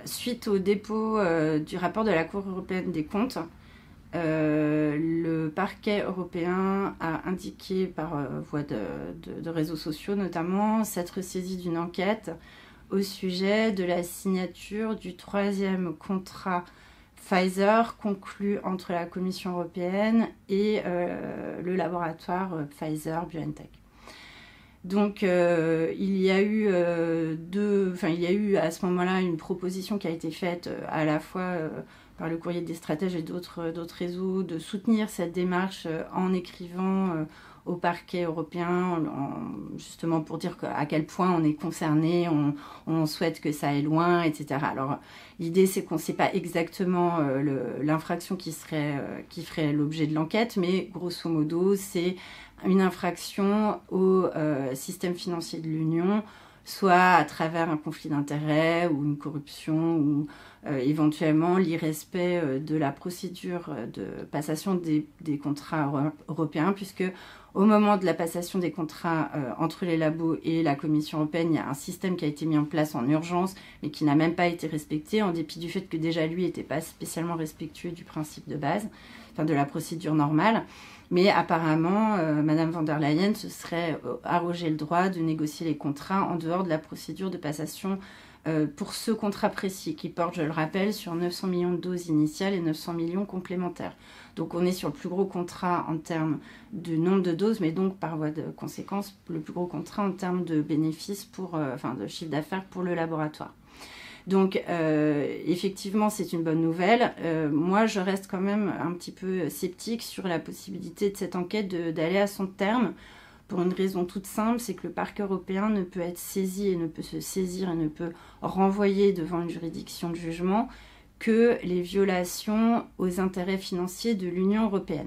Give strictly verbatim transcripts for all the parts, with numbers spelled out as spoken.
suite au dépôt euh, du rapport de la Cour européenne des comptes, euh, le parquet européen a indiqué par euh, voie de, de, de réseaux sociaux notamment s'être saisi d'une enquête au sujet de la signature du troisième contrat Pfizer conclu entre la Commission européenne et euh, le laboratoire Pfizer-BioNTech. Donc euh, il y a eu euh, deux, enfin il y a eu à ce moment-là une proposition qui a été faite euh, à la fois euh, par le Courrier des stratèges et d'autres d'autres réseaux de soutenir cette démarche euh, en écrivant euh, au parquet européen, en, justement pour dire que, à quel point on est concerné, on, on souhaite que ça aille loin, et cetera. Alors l'idée c'est qu'on ne sait pas exactement euh, l'infraction qui serait euh, qui ferait l'objet de l'enquête, mais grosso modo c'est une infraction au euh, système financier de l'Union, soit à travers un conflit d'intérêts ou une corruption ou euh, éventuellement l'irrespect euh, de la procédure de passation des, des contrats européens, puisque au moment de la passation des contrats euh, entre les labos et la Commission européenne, il y a un système qui a été mis en place en urgence, mais qui n'a même pas été respecté, en dépit du fait que déjà lui n'était pas spécialement respectueux du principe de base, enfin de la procédure normale. Mais apparemment, euh, Madame von der Leyen se serait euh, arrogé le droit de négocier les contrats en dehors de la procédure de passation euh, pour ce contrat précis, qui porte, je le rappelle, sur neuf cents millions de doses initiales et neuf cents millions complémentaires. Donc on est sur le plus gros contrat en termes de nombre de doses, mais donc par voie de conséquence, le plus gros contrat en termes de bénéfices, pour, euh, enfin de chiffre d'affaires pour le laboratoire. Donc euh, effectivement c'est une bonne nouvelle. Euh, moi je reste quand même un petit peu sceptique sur la possibilité de cette enquête d'aller à son terme, pour une raison toute simple, c'est que le parquet européen ne peut être saisi et ne peut se saisir et ne peut renvoyer devant une juridiction de jugement que les violations aux intérêts financiers de l'Union européenne.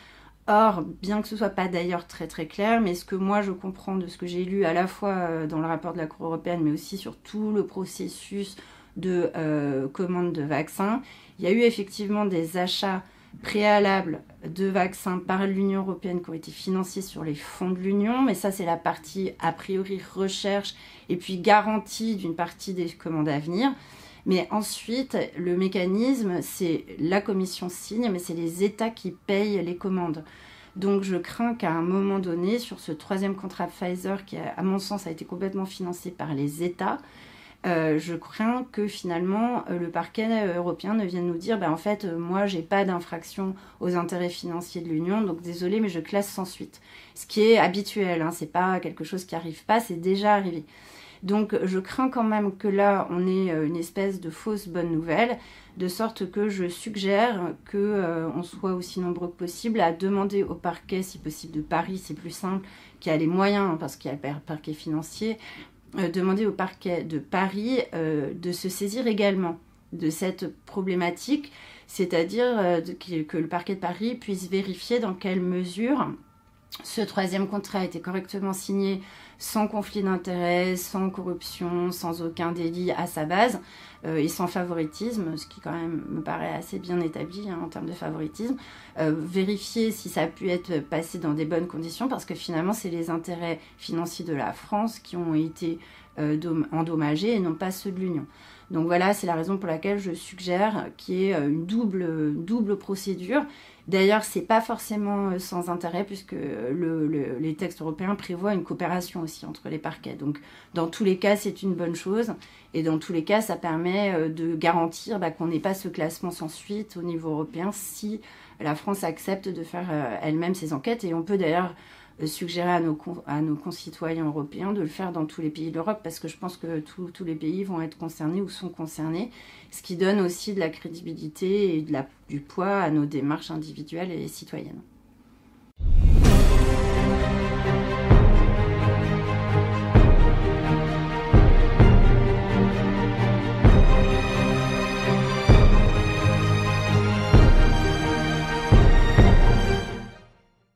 Or, bien que ce ne soit pas d'ailleurs très très clair, mais ce que moi je comprends de ce que j'ai lu à la fois dans le rapport de la Cour européenne, mais aussi sur tout le processus de euh, commande de vaccins, il y a eu effectivement des achats préalables de vaccins par l'Union européenne qui ont été financés sur les fonds de l'Union, mais ça c'est la partie a priori recherche et puis garantie d'une partie des commandes à venir. Mais ensuite, le mécanisme, c'est la Commission signe, mais c'est les États qui payent les commandes. Donc je crains qu'à un moment donné, sur ce troisième contrat Pfizer, qui à mon sens a été complètement financé par les États, euh, je crains que finalement le parquet européen ne vienne nous dire bah, en fait, moi j'ai pas d'infraction aux intérêts financiers de l'Union, donc désolé, mais je classe sans suite. Ce qui est habituel, hein, c'est pas quelque chose qui arrive pas, c'est déjà arrivé. Donc je crains quand même que là on ait une espèce de fausse bonne nouvelle, de sorte que je suggère qu'on euh, soit aussi nombreux que possible à demander au parquet, si possible de Paris, c'est plus simple, qui a les moyens, parce qu'il y a le parquet financier, euh, demander au parquet de Paris euh, de se saisir également de cette problématique, c'est-à-dire euh, que, que le parquet de Paris puisse vérifier dans quelle mesure ce troisième contrat a été correctement signé sans conflit d'intérêts, sans corruption, sans aucun délit à sa base euh, et sans favoritisme, ce qui quand même me paraît assez bien établi hein, en termes de favoritisme. Euh, vérifier si ça a pu être passé dans des bonnes conditions, parce que finalement c'est les intérêts financiers de la France qui ont été euh, endommagés et non pas ceux de l'Union. Donc voilà, c'est la raison pour laquelle je suggère qu'il y ait une double, double procédure. D'ailleurs, c'est pas forcément sans intérêt, puisque le, le, les textes européens prévoient une coopération aussi entre les parquets. Donc, dans tous les cas, c'est une bonne chose. Et dans tous les cas, ça permet de garantir bah, qu'on n'ait pas ce classement sans suite au niveau européen si la France accepte de faire euh, elle-même ses enquêtes. Et on peut d'ailleurs suggérer à nos, à nos concitoyens européens de le faire dans tous les pays d'Europe, parce que je pense que tous, tous les pays vont être concernés ou sont concernés, ce qui donne aussi de la crédibilité et de la, du poids à nos démarches individuelles et citoyennes.